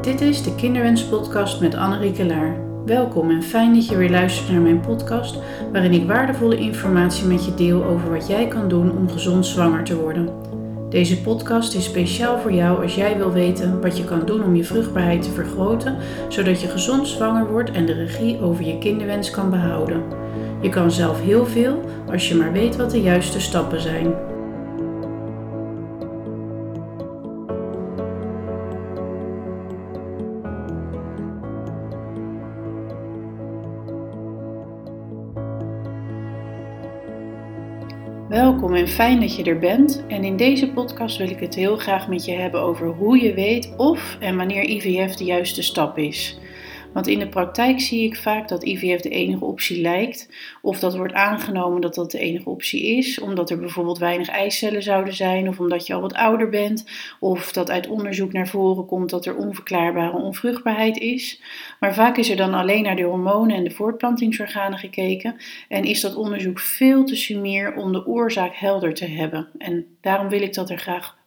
Dit is de Kinderwens-podcast met Annerieke Laar. Welkom en fijn dat je weer luistert naar mijn podcast, waarin ik waardevolle informatie met je deel over wat jij kan doen om gezond zwanger te worden. Deze podcast is speciaal voor jou als jij wil weten wat je kan doen om je vruchtbaarheid te vergroten, zodat je gezond zwanger wordt en de regie over je kinderwens kan behouden. Je kan zelf heel veel als je maar weet wat de juiste stappen zijn. Welkom en fijn dat je er bent. En in deze podcast wil ik het heel graag met je hebben over hoe je weet of en wanneer IVF de juiste stap is. Want in de praktijk zie ik vaak dat IVF de enige optie lijkt, of dat wordt aangenomen dat dat de enige optie is, omdat er bijvoorbeeld weinig eicellen zouden zijn, of omdat je al wat ouder bent, of dat uit onderzoek naar voren komt dat er onverklaarbare onvruchtbaarheid is. Maar vaak is er dan alleen naar de hormonen en de voortplantingsorganen gekeken en is dat onderzoek veel te summier om de oorzaak helder te hebben. En daarom wil ik dat er graag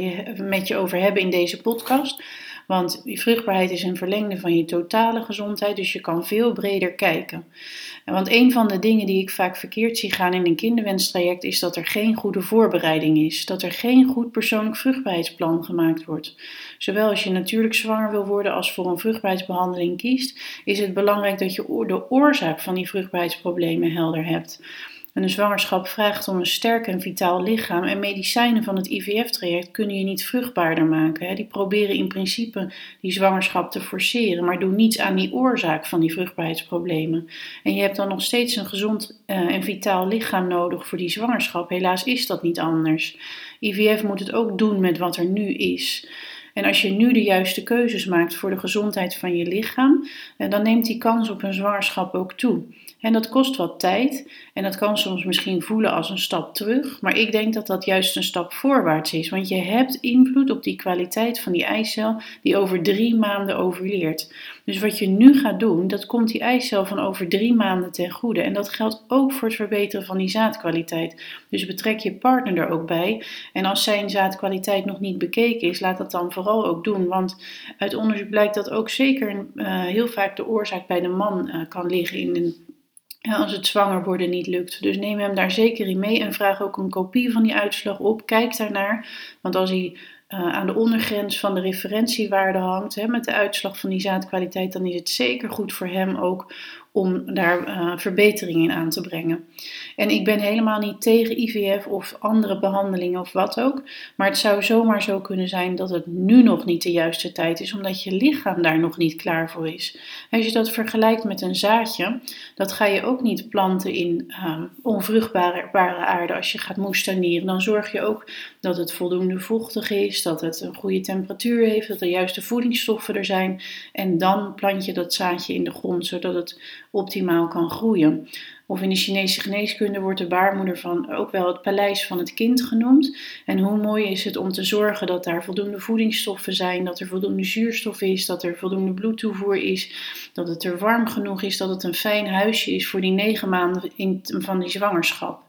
met je over hebben in deze podcast. Want je vruchtbaarheid is een verlengde van je totale gezondheid, dus je kan veel breder kijken. Want een van de dingen die ik vaak verkeerd zie gaan in een kinderwenstraject is dat er geen goede voorbereiding is. Dat er geen goed persoonlijk vruchtbaarheidsplan gemaakt wordt. Zowel als je natuurlijk zwanger wil worden als voor een vruchtbaarheidsbehandeling kiest, is het belangrijk dat je de oorzaak van die vruchtbaarheidsproblemen helder hebt. En een zwangerschap vraagt om een sterk en vitaal lichaam en medicijnen van het IVF-traject kunnen je niet vruchtbaarder maken. Die proberen in principe die zwangerschap te forceren, maar doen niets aan die oorzaak van die vruchtbaarheidsproblemen. En je hebt dan nog steeds een gezond en vitaal lichaam nodig voor die zwangerschap. Helaas is dat niet anders. IVF moet het ook doen met wat er nu is. En als je nu de juiste keuzes maakt voor de gezondheid van je lichaam, dan neemt die kans op een zwangerschap ook toe. En dat kost wat tijd en dat kan soms misschien voelen als een stap terug, maar ik denk dat dat juist een stap voorwaarts is, want je hebt invloed op die kwaliteit van die eicel die over 3 maanden ovuleert. Dus wat je nu gaat doen, dat komt die eicel van over 3 maanden ten goede en dat geldt ook voor het verbeteren van die zaadkwaliteit. Dus betrek je partner er ook bij en als zijn zaadkwaliteit nog niet bekeken is, laat dat dan vooral ook doen, want uit onderzoek blijkt dat ook zeker heel vaak de oorzaak bij de man kan liggen als het zwanger worden niet lukt. Dus neem hem daar zeker in mee en vraag ook een kopie van die uitslag op. Kijk daarnaar, want als hij aan de ondergrens van de referentiewaarde hangt met de uitslag van die zaadkwaliteit, dan is het zeker goed voor hem ook om daar verbeteringen in aan te brengen. En ik ben helemaal niet tegen IVF of andere behandelingen of wat ook, maar het zou zomaar zo kunnen zijn dat het nu nog niet de juiste tijd is, omdat je lichaam daar nog niet klaar voor is. Als je dat vergelijkt met een zaadje, dat ga je ook niet planten in onvruchtbare aarde als je gaat moestuinieren. Dan zorg je ook dat het voldoende vochtig is, dat het een goede temperatuur heeft, dat de juiste voedingsstoffen er zijn. En dan plant je dat zaadje in de grond, zodat het optimaal kan groeien. Of in de Chinese geneeskunde wordt de baarmoeder van ook wel het paleis van het kind genoemd. En hoe mooi is het om te zorgen dat daar voldoende voedingsstoffen zijn, dat er voldoende zuurstof is, dat er voldoende bloedtoevoer is, dat het er warm genoeg is, dat het een fijn huisje is voor die 9 maanden van die zwangerschap.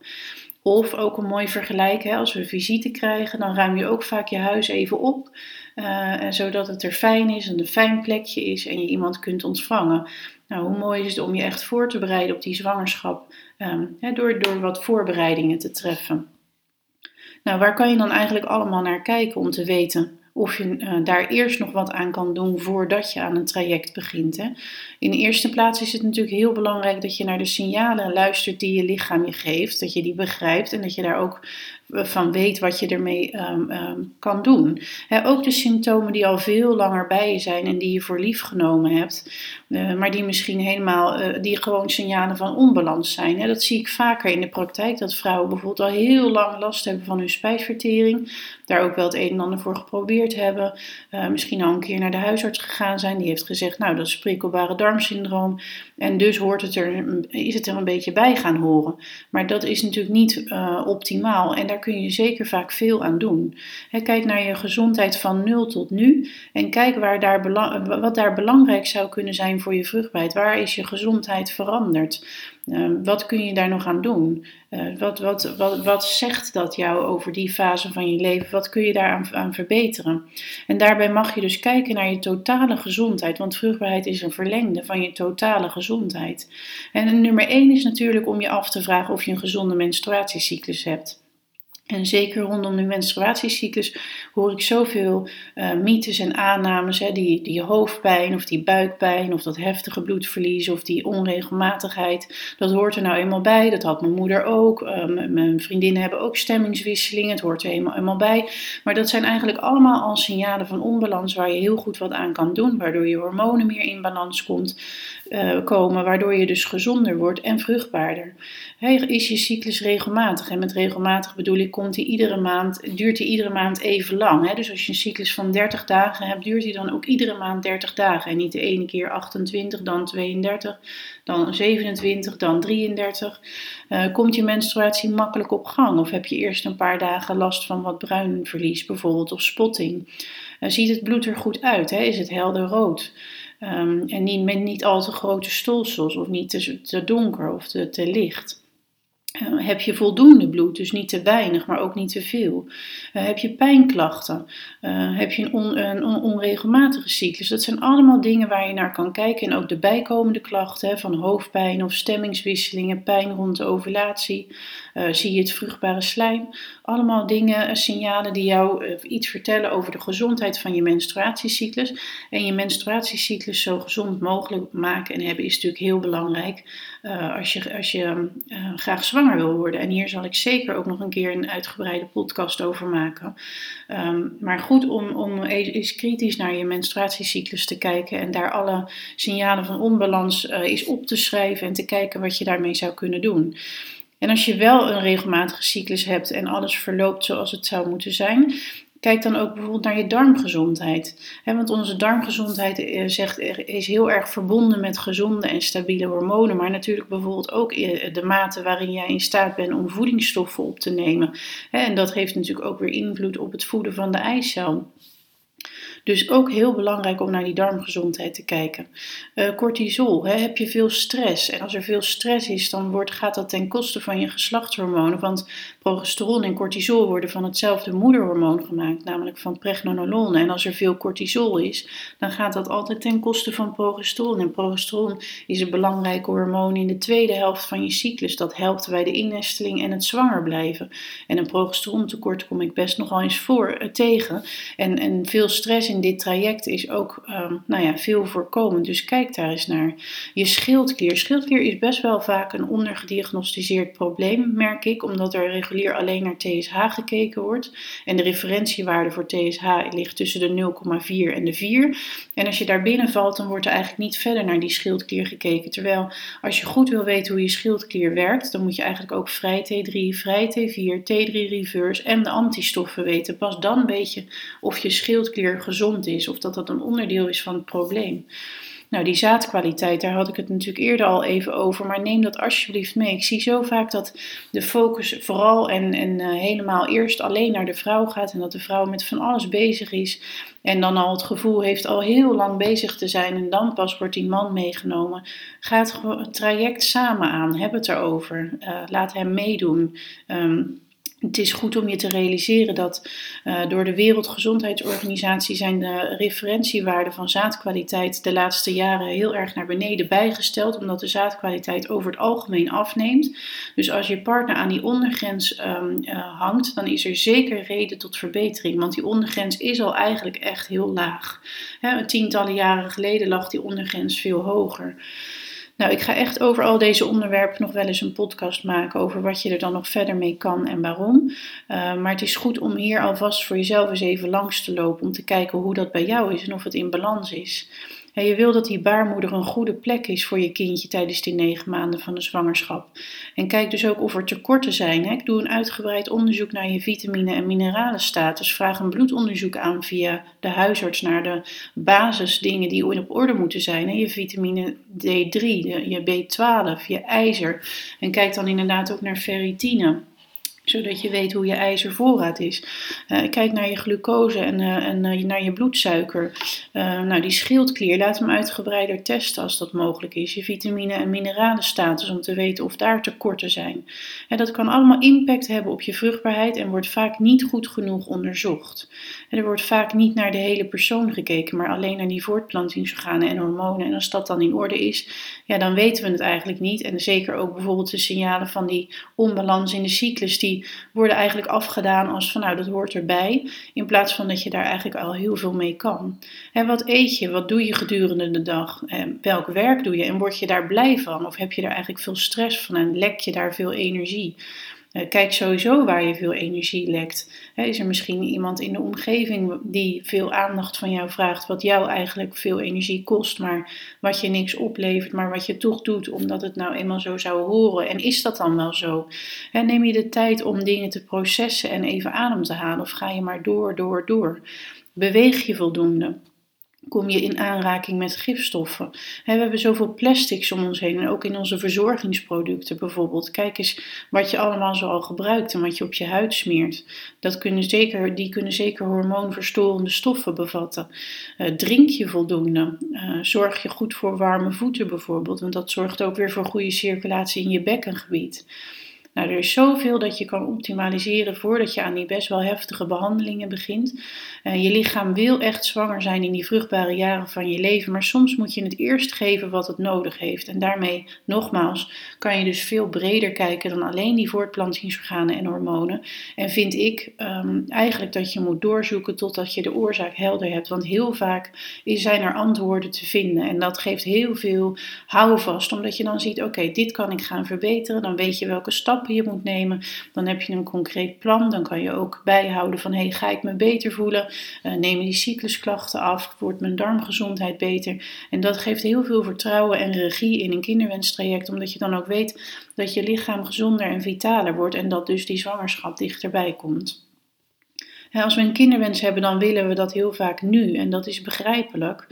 Of ook een mooi vergelijk, als we visite krijgen, dan ruim je ook vaak je huis even op, zodat het er fijn is en een fijn plekje is en je iemand kunt ontvangen. Nou, hoe mooi is het om je echt voor te bereiden op die zwangerschap, door wat voorbereidingen te treffen. Nou, waar kan je dan eigenlijk allemaal naar kijken om te weten of je daar eerst nog wat aan kan doen voordat je aan een traject begint. In de eerste plaats is het natuurlijk heel belangrijk dat je naar de signalen luistert die je lichaam je geeft. Dat je die begrijpt en dat je daar ook van weet wat je ermee kan doen. Ook de symptomen die al veel langer bij je zijn en die je voor lief genomen hebt. Maar die misschien die gewoon signalen van onbalans zijn. Dat zie ik vaker in de praktijk. Dat vrouwen bijvoorbeeld al heel lang last hebben van hun spijsvertering. Daar ook wel het een en ander voor geprobeerd hebben. Misschien al een keer naar de huisarts gegaan zijn. Die heeft gezegd, nou dat is prikkelbare darmsyndroom. En dus is het er een beetje bij gaan horen. Maar dat is natuurlijk niet optimaal. En daar kun je zeker vaak veel aan doen. Kijk naar je gezondheid van 0 tot nu en kijk wat daar belangrijk zou kunnen zijn voor je vruchtbaarheid. Waar is je gezondheid veranderd? Wat kun je daar nog aan doen? Wat zegt dat jou over die fase van je leven? Wat kun je daar aan verbeteren? En daarbij mag je dus kijken naar je totale gezondheid, want vruchtbaarheid is een verlengde van je totale gezondheid. En nummer 1 is natuurlijk om je af te vragen of je een gezonde menstruatiecyclus hebt. En zeker rondom de menstruatiecyclus hoor ik zoveel mythes en aannames. Die hoofdpijn of die buikpijn of dat heftige bloedverlies of die onregelmatigheid. Dat hoort er nou eenmaal bij. Dat had mijn moeder ook. Mijn vriendinnen hebben ook stemmingswisselingen. Het hoort er eenmaal bij. Maar dat zijn eigenlijk allemaal al signalen van onbalans waar je heel goed wat aan kan doen. Waardoor je hormonen meer in balans komen. Waardoor je dus gezonder wordt en vruchtbaarder. Is je cyclus regelmatig? En met regelmatig bedoel ik, duurt die iedere maand even lang. Dus als je een cyclus van 30 dagen hebt, duurt die dan ook iedere maand 30 dagen. En niet de ene keer 28, dan 32, dan 27, dan 33. Komt je menstruatie makkelijk op gang? Of heb je eerst een paar dagen last van wat bruinverlies bijvoorbeeld, of spotting? Ziet het bloed er goed uit? Is het helder rood? En niet al te grote stolsels of niet te donker of te licht. Heb je voldoende bloed, dus niet te weinig, maar ook niet te veel? Heb je pijnklachten? Heb je een onregelmatige cyclus? Dat zijn allemaal dingen waar je naar kan kijken. En ook de bijkomende klachten van hoofdpijn of stemmingswisselingen, pijn rond de ovulatie. Zie je het vruchtbare slijm? Allemaal dingen, signalen die jou iets vertellen over de gezondheid van je menstruatiecyclus. En je menstruatiecyclus zo gezond mogelijk maken en hebben is natuurlijk heel belangrijk als je graag zwanger wil worden. En hier zal ik zeker ook nog een keer een uitgebreide podcast over maken. Maar goed om eens kritisch naar je menstruatiecyclus te kijken en daar alle signalen van onbalans eens op te schrijven en te kijken wat je daarmee zou kunnen doen. En als je wel een regelmatige cyclus hebt en alles verloopt zoals het zou moeten zijn, kijk dan ook bijvoorbeeld naar je darmgezondheid. Want onze darmgezondheid is heel erg verbonden met gezonde en stabiele hormonen. Maar natuurlijk bijvoorbeeld ook de mate waarin jij in staat bent om voedingsstoffen op te nemen. En dat heeft natuurlijk ook weer invloed op het voeden van de eicel. Dus ook heel belangrijk om naar die darmgezondheid te kijken. Cortisol, heb je veel stress? En als er veel stress is, dan gaat dat ten koste van je geslachtshormonen. Want progesteron en cortisol worden van hetzelfde moederhormoon gemaakt, namelijk van pregnenolone. En als er veel cortisol is, dan gaat dat altijd ten koste van progesteron. En progesteron is een belangrijke hormoon in de tweede helft van je cyclus. Dat helpt bij de innesteling en het zwanger blijven. En een progesterontekort kom ik best nogal eens tegen. En veel stress in dit traject is ook veel voorkomend. Dus kijk daar eens naar. Je schildklier. Schildklier is best wel vaak een ondergediagnosticeerd probleem, merk ik, omdat er regulier alleen naar TSH gekeken wordt. En de referentiewaarde voor TSH ligt tussen de 0,4 en de 4. En als je daar binnen valt, dan wordt er eigenlijk niet verder naar die schildklier gekeken. Terwijl als je goed wil weten hoe je schildklier werkt, dan moet je eigenlijk ook vrij T3, vrij T4, T3 reverse en de antistoffen weten. Pas dan weet je of je schildklier gezond is of dat een onderdeel is van het probleem. Nou, die zaadkwaliteit, daar had ik het natuurlijk eerder al even over, maar neem dat alsjeblieft mee. Ik zie zo vaak dat de focus vooral en helemaal eerst alleen naar de vrouw gaat en dat de vrouw met van alles bezig is en dan al het gevoel heeft al heel lang bezig te zijn en dan pas wordt die man meegenomen. Ga het traject samen aan, heb het erover, laat hem meedoen. Het is goed om je te realiseren dat door de Wereldgezondheidsorganisatie zijn de referentiewaarden van zaadkwaliteit de laatste jaren heel erg naar beneden bijgesteld, omdat de zaadkwaliteit over het algemeen afneemt. Dus als je partner aan die ondergrens hangt, dan is er zeker reden tot verbetering, want die ondergrens is al eigenlijk echt heel laag. Tientallen jaren geleden lag die ondergrens veel hoger. Nou, ik ga echt over al deze onderwerpen nog wel eens een podcast maken over wat je er dan nog verder mee kan en waarom. Maar het is goed om hier alvast voor jezelf eens even langs te lopen om te kijken hoe dat bij jou is en of het in balans is. Ja, je wil dat die baarmoeder een goede plek is voor je kindje tijdens die 9 maanden van de zwangerschap. En kijk dus ook of er tekorten zijn. Ik doe een uitgebreid onderzoek naar je vitamine- en mineralenstatus. Vraag een bloedonderzoek aan via de huisarts naar de basisdingen die op orde moeten zijn. Je vitamine D3, je B12, je ijzer. En kijk dan inderdaad ook naar ferritine. Zodat je weet hoe je ijzervoorraad is. Kijk naar je glucose en naar je bloedsuiker. Nou, die schildklier, laat hem uitgebreider testen als dat mogelijk is. Je vitamine- en mineralenstatus om te weten of daar tekorten zijn. Dat kan allemaal impact hebben op je vruchtbaarheid en wordt vaak niet goed genoeg onderzocht. Er wordt vaak niet naar de hele persoon gekeken, maar alleen naar die voortplantingsorganen en hormonen. En als dat dan in orde is, ja, dan weten we het eigenlijk niet. En zeker ook bijvoorbeeld de signalen van die onbalans in de cyclus, die worden eigenlijk afgedaan als van nou, dat hoort erbij. In plaats van dat je daar eigenlijk al heel veel mee kan. En wat eet je? Wat doe je gedurende de dag? Welk werk doe je? En word je daar blij van? Of heb je daar eigenlijk veel stress van en lek je daar veel energie? Kijk sowieso waar je veel energie lekt. Is er misschien iemand in de omgeving die veel aandacht van jou vraagt, wat jou eigenlijk veel energie kost, maar wat je niks oplevert, maar wat je toch doet omdat het nou eenmaal zo zou horen? En is dat dan wel zo? Neem je de tijd om dingen te processen en even adem te halen, of ga je maar door? Beweeg je voldoende? Kom je in aanraking met gifstoffen? We hebben zoveel plastics om ons heen en ook in onze verzorgingsproducten bijvoorbeeld. Kijk eens wat je allemaal zo al gebruikt en wat je op je huid smeert. Die kunnen zeker hormoonverstorende stoffen bevatten. Drink je voldoende? Zorg je goed voor warme voeten bijvoorbeeld, want dat zorgt ook weer voor goede circulatie in je bekkengebied. Nou, er is zoveel dat je kan optimaliseren voordat je aan die best wel heftige behandelingen begint. Je lichaam wil echt zwanger zijn in die vruchtbare jaren van je leven, maar soms moet je het eerst geven wat het nodig heeft. En daarmee, nogmaals, kan je dus veel breder kijken dan alleen die voortplantingsorganen en hormonen. En vind ik eigenlijk dat je moet doorzoeken totdat je de oorzaak helder hebt. Want heel vaak zijn er antwoorden te vinden en dat geeft heel veel houvast, omdat je dan ziet, oké, dit kan ik gaan verbeteren. Dan weet je welke stappen je moet nemen. Dan heb je een concreet plan. Dan kan je ook bijhouden van, ga ik me beter voelen? Nemen die cyclusklachten af? Wordt mijn darmgezondheid beter? En dat geeft heel veel vertrouwen en regie in een kinderwenstraject, omdat je dan ook weet dat je lichaam gezonder en vitaler wordt en dat dus die zwangerschap dichterbij komt. Als we een kinderwens hebben, dan willen we dat heel vaak nu en dat is begrijpelijk.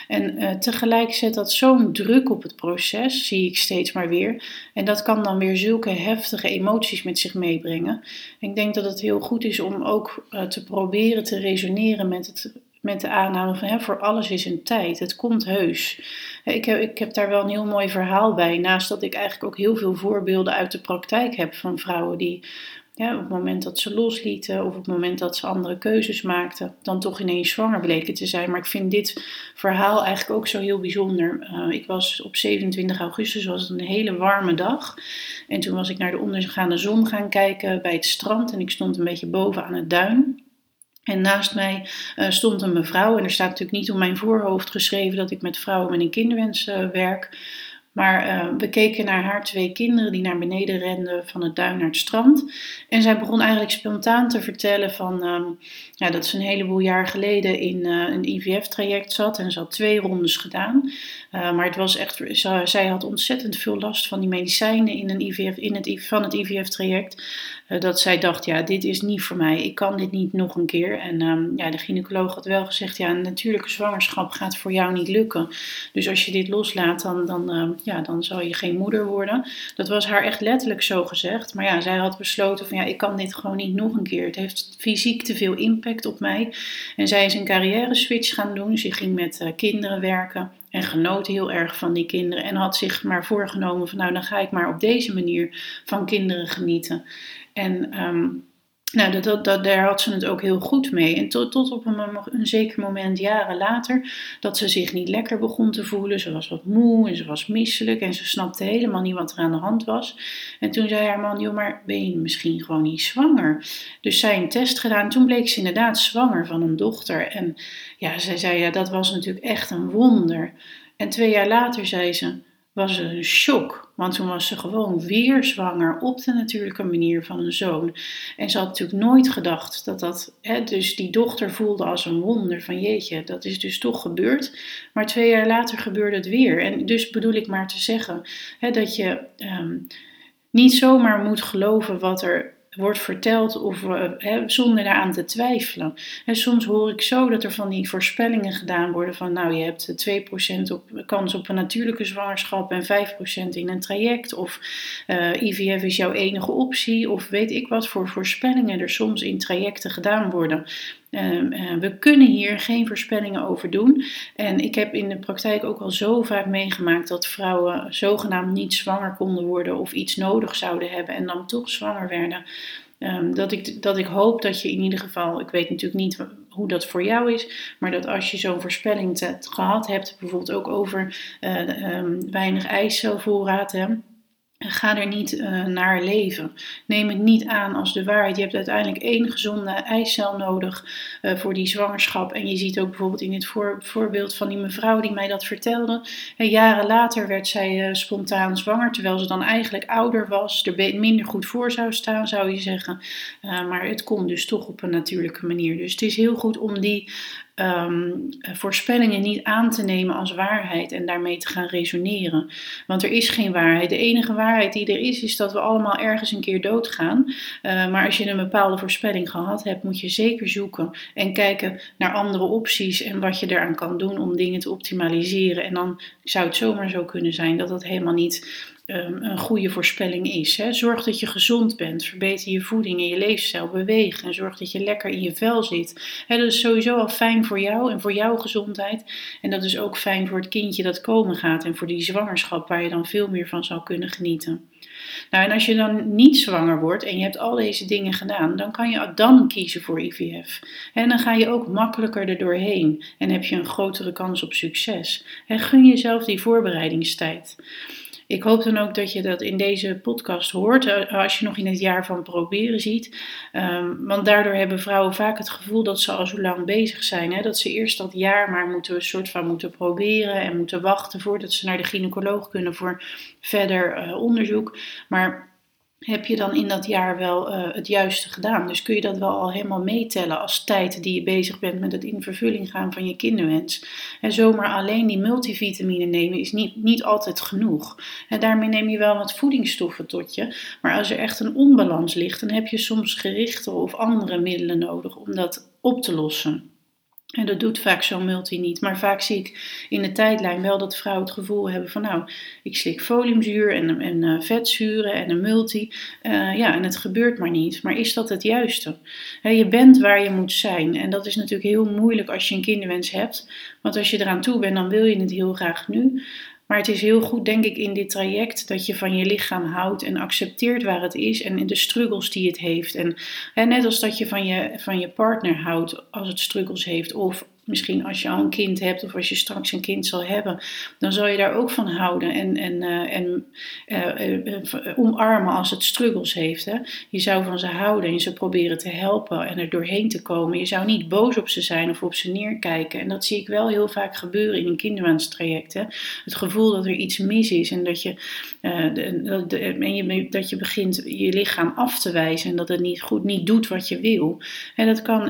En tegelijk zet dat zo'n druk op het proces, zie ik steeds maar weer. En dat kan dan weer zulke heftige emoties met zich meebrengen. En ik denk dat het heel goed is om ook te proberen te resoneren met de aanname van voor alles is een tijd, het komt heus. Ik heb daar wel een heel mooi verhaal bij, naast dat ik eigenlijk ook heel veel voorbeelden uit de praktijk heb van vrouwen die op het moment dat ze loslieten of op het moment dat ze andere keuzes maakten, dan toch ineens zwanger bleken te zijn. Maar ik vind dit verhaal eigenlijk ook zo heel bijzonder. Ik was op 27 augustus, was het een hele warme dag. En toen was ik naar de ondergaande zon gaan kijken bij het strand en ik stond een beetje boven aan het duin. En naast mij stond een mevrouw en er staat natuurlijk niet op mijn voorhoofd geschreven dat ik met vrouwen met een kinderwens werk. Maar we keken naar haar 2 kinderen die naar beneden renden van het duin naar het strand. En zij begon eigenlijk spontaan te vertellen van, dat ze een heleboel jaar geleden in een IVF-traject zat. En ze had 2 rondes gedaan. Maar het was echt, zij had ontzettend veel last van die medicijnen van het IVF-traject. Dat zij dacht, dit is niet voor mij. Ik kan dit niet nog een keer. En de gynaecoloog had wel gezegd, een natuurlijke zwangerschap gaat voor jou niet lukken. Dus als je dit loslaat, dan zal je geen moeder worden. Dat was haar echt letterlijk zo gezegd. Maar zij had besloten van ik kan dit gewoon niet nog een keer. Het heeft fysiek te veel impact op mij. En zij is een carrière switch gaan doen. Ze ging met kinderen werken. En genoot heel erg van die kinderen. En had zich maar voorgenomen van dan ga ik maar op deze manier van kinderen genieten. En daar had ze het ook heel goed mee. En tot op een zeker moment, jaren later, dat ze zich niet lekker begon te voelen. Ze was wat moe en ze was misselijk en ze snapte helemaal niet wat er aan de hand was. En toen zei haar man, maar ben je misschien gewoon niet zwanger? Dus zij een test gedaan. Toen bleek ze inderdaad zwanger van een dochter. En zij zei, dat was natuurlijk echt een wonder. En 2 jaar later, zei ze, was het een shock. Want toen was ze gewoon weer zwanger op de natuurlijke manier van een zoon. En ze had natuurlijk nooit gedacht dat dus die dochter voelde als een wonder. Van jeetje, dat is dus toch gebeurd. Maar 2 jaar later gebeurde het weer. En dus bedoel ik maar te zeggen dat je niet zomaar moet geloven wat er wordt verteld of zonder daaraan te twijfelen. En soms hoor ik zo dat er van die voorspellingen gedaan worden van nou je hebt 2% kans op een natuurlijke zwangerschap en 5% in een traject of IVF is jouw enige optie of weet ik wat voor voorspellingen er soms in trajecten gedaan worden. We kunnen hier geen voorspellingen over doen. En ik heb in de praktijk ook al zo vaak meegemaakt dat vrouwen zogenaamd niet zwanger konden worden of iets nodig zouden hebben en dan toch zwanger werden. Dat ik hoop dat je in ieder geval, ik weet natuurlijk niet hoe dat voor jou is, maar dat als je zo'n voorspelling gehad hebt, bijvoorbeeld ook over weinig eicelvoorraad, ga er niet naar leven. Neem het niet aan als de waarheid. Je hebt uiteindelijk 1 gezonde eicel nodig voor die zwangerschap. En je ziet ook bijvoorbeeld in dit voorbeeld van die mevrouw die mij dat vertelde. Jaren later werd zij spontaan zwanger, terwijl ze dan eigenlijk ouder was. Er minder goed voor zou staan, zou je zeggen. Maar het kon dus toch op een natuurlijke manier. Dus het is heel goed om die voorspellingen niet aan te nemen als waarheid en daarmee te gaan resoneren. Want er is geen waarheid. De enige waarheid die er is dat we allemaal ergens een keer doodgaan. Maar als je een bepaalde voorspelling gehad hebt, moet je zeker zoeken en kijken naar andere opties en wat je eraan kan doen om dingen te optimaliseren. En dan zou het zomaar zo kunnen zijn dat dat helemaal niet een goede voorspelling is. Zorg dat je gezond bent, verbeter je voeding en je leefstijl, beweeg en zorg dat je lekker in je vel zit. Dat is sowieso al fijn voor jou en voor jouw gezondheid. En dat is ook fijn voor het kindje dat komen gaat en voor die zwangerschap waar je dan veel meer van zal kunnen genieten. Nou, en als je dan niet zwanger wordt en je hebt al deze dingen gedaan, dan kan je dan kiezen voor IVF. En dan ga je ook makkelijker er doorheen en heb je een grotere kans op succes. En gun jezelf die voorbereidingstijd. Ik hoop dan ook dat je dat in deze podcast hoort, als je nog in het jaar van proberen ziet. Want daardoor hebben vrouwen vaak het gevoel dat ze al zo lang bezig zijn. Dat ze eerst dat jaar maar moeten proberen en moeten wachten voordat ze naar de gynaecoloog kunnen voor verder onderzoek. Maar heb je dan in dat jaar wel het juiste gedaan? Dus kun je dat wel al helemaal meetellen als tijd die je bezig bent met het in vervulling gaan van je kinderwens. En zomaar alleen die multivitamine nemen is niet altijd genoeg. En daarmee neem je wel wat voedingsstoffen tot je. Maar als er echt een onbalans ligt, dan heb je soms gerichte of andere middelen nodig om dat op te lossen. En dat doet vaak zo'n multi niet. Maar vaak zie ik in de tijdlijn wel dat vrouwen het gevoel hebben van nou, ik slik foliumzuur en vetzuren en een multi. En het gebeurt maar niet. Maar is dat het juiste? Je bent waar je moet zijn. En dat is natuurlijk heel moeilijk als je een kinderwens hebt. Want als je eraan toe bent, dan wil je het heel graag nu. Maar het is heel goed, denk ik, in dit traject dat je van je lichaam houdt en accepteert waar het is en de struggles die het heeft. En net als dat je van je partner houdt als het struggles heeft, of misschien als je al een kind hebt of als je straks een kind zal hebben, dan zal je daar ook van houden en omarmen als het struggles heeft. Je zou van ze houden en ze proberen te helpen en er doorheen te komen. Je zou niet boos op ze zijn of op ze neerkijken. En dat zie ik wel heel vaak gebeuren in een kinderwenstraject. Het gevoel dat er iets mis is en dat je begint je lichaam af te wijzen en dat het niet doet wat je wil. En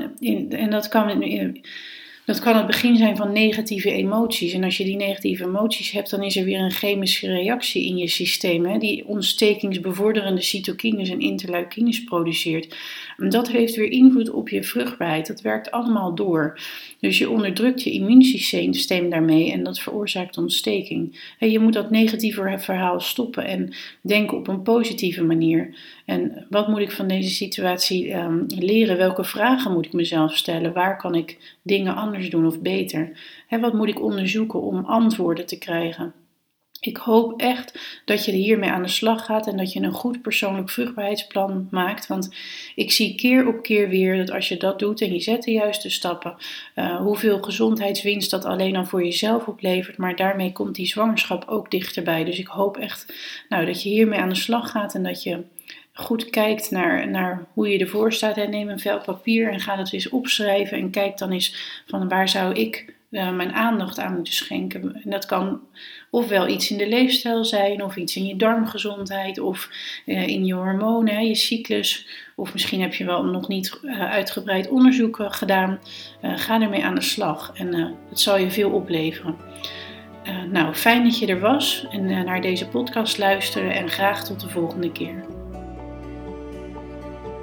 dat kan het begin zijn van negatieve emoties. En als je die negatieve emoties hebt, dan is er weer een chemische reactie in je systeem. Die ontstekingsbevorderende cytokines en interleukines produceert. En dat heeft weer invloed op je vruchtbaarheid. Dat werkt allemaal door. Dus je onderdrukt je immuunsysteem daarmee en dat veroorzaakt ontsteking. Je moet dat negatieve verhaal stoppen en denken op een positieve manier. En wat moet ik van deze situatie leren? Welke vragen moet ik mezelf stellen? Waar kan ik dingen anders doen of beter? Wat moet ik onderzoeken om antwoorden te krijgen? Ik hoop echt dat je hiermee aan de slag gaat en dat je een goed persoonlijk vruchtbaarheidsplan maakt. Want ik zie keer op keer weer dat als je dat doet en je zet de juiste stappen, hoeveel gezondheidswinst dat alleen al voor jezelf oplevert. Maar daarmee komt die zwangerschap ook dichterbij. Dus ik hoop echt dat je hiermee aan de slag gaat en dat je goed kijkt naar hoe je ervoor staat. Neem een vel papier en ga dat eens opschrijven en kijk dan eens van waar zou ik mijn aandacht aan moeten schenken. En dat kan ofwel iets in de leefstijl zijn, of iets in je darmgezondheid, of in je hormonen, je cyclus. Of misschien heb je wel nog niet uitgebreid onderzoek gedaan. Ga ermee aan de slag en het zal je veel opleveren. Fijn dat je er was en naar deze podcast luisteren en graag tot de volgende keer.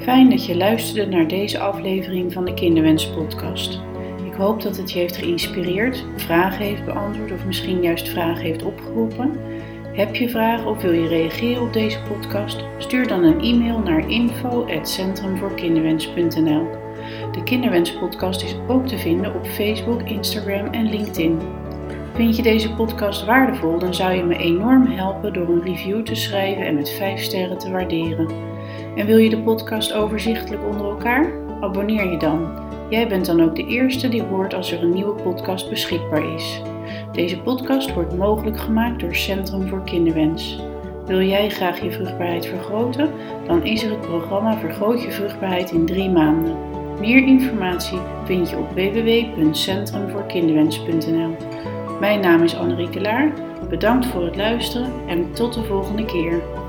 Fijn dat je luisterde naar deze aflevering van de Kinderwens podcast. Ik hoop dat het je heeft geïnspireerd, vragen heeft beantwoord of misschien juist vragen heeft opgeroepen. Heb je vragen of wil je reageren op deze podcast? Stuur dan een e-mail naar info@centrumvoorkinderwens.nl. De Kinderwens podcast is ook te vinden op Facebook, Instagram en LinkedIn. Vind je deze podcast waardevol, dan zou je me enorm helpen door een review te schrijven en met 5 sterren te waarderen. En wil je de podcast overzichtelijk onder elkaar? Abonneer je dan. Jij bent dan ook de eerste die hoort als er een nieuwe podcast beschikbaar is. Deze podcast wordt mogelijk gemaakt door Centrum voor Kinderwens. Wil jij graag je vruchtbaarheid vergroten? Dan is er het programma Vergroot je vruchtbaarheid in 3 maanden. Meer informatie vind je op www.centrumvoorkinderwens.nl. Mijn naam is Anne-Rieke Laar. Bedankt voor het luisteren en tot de volgende keer.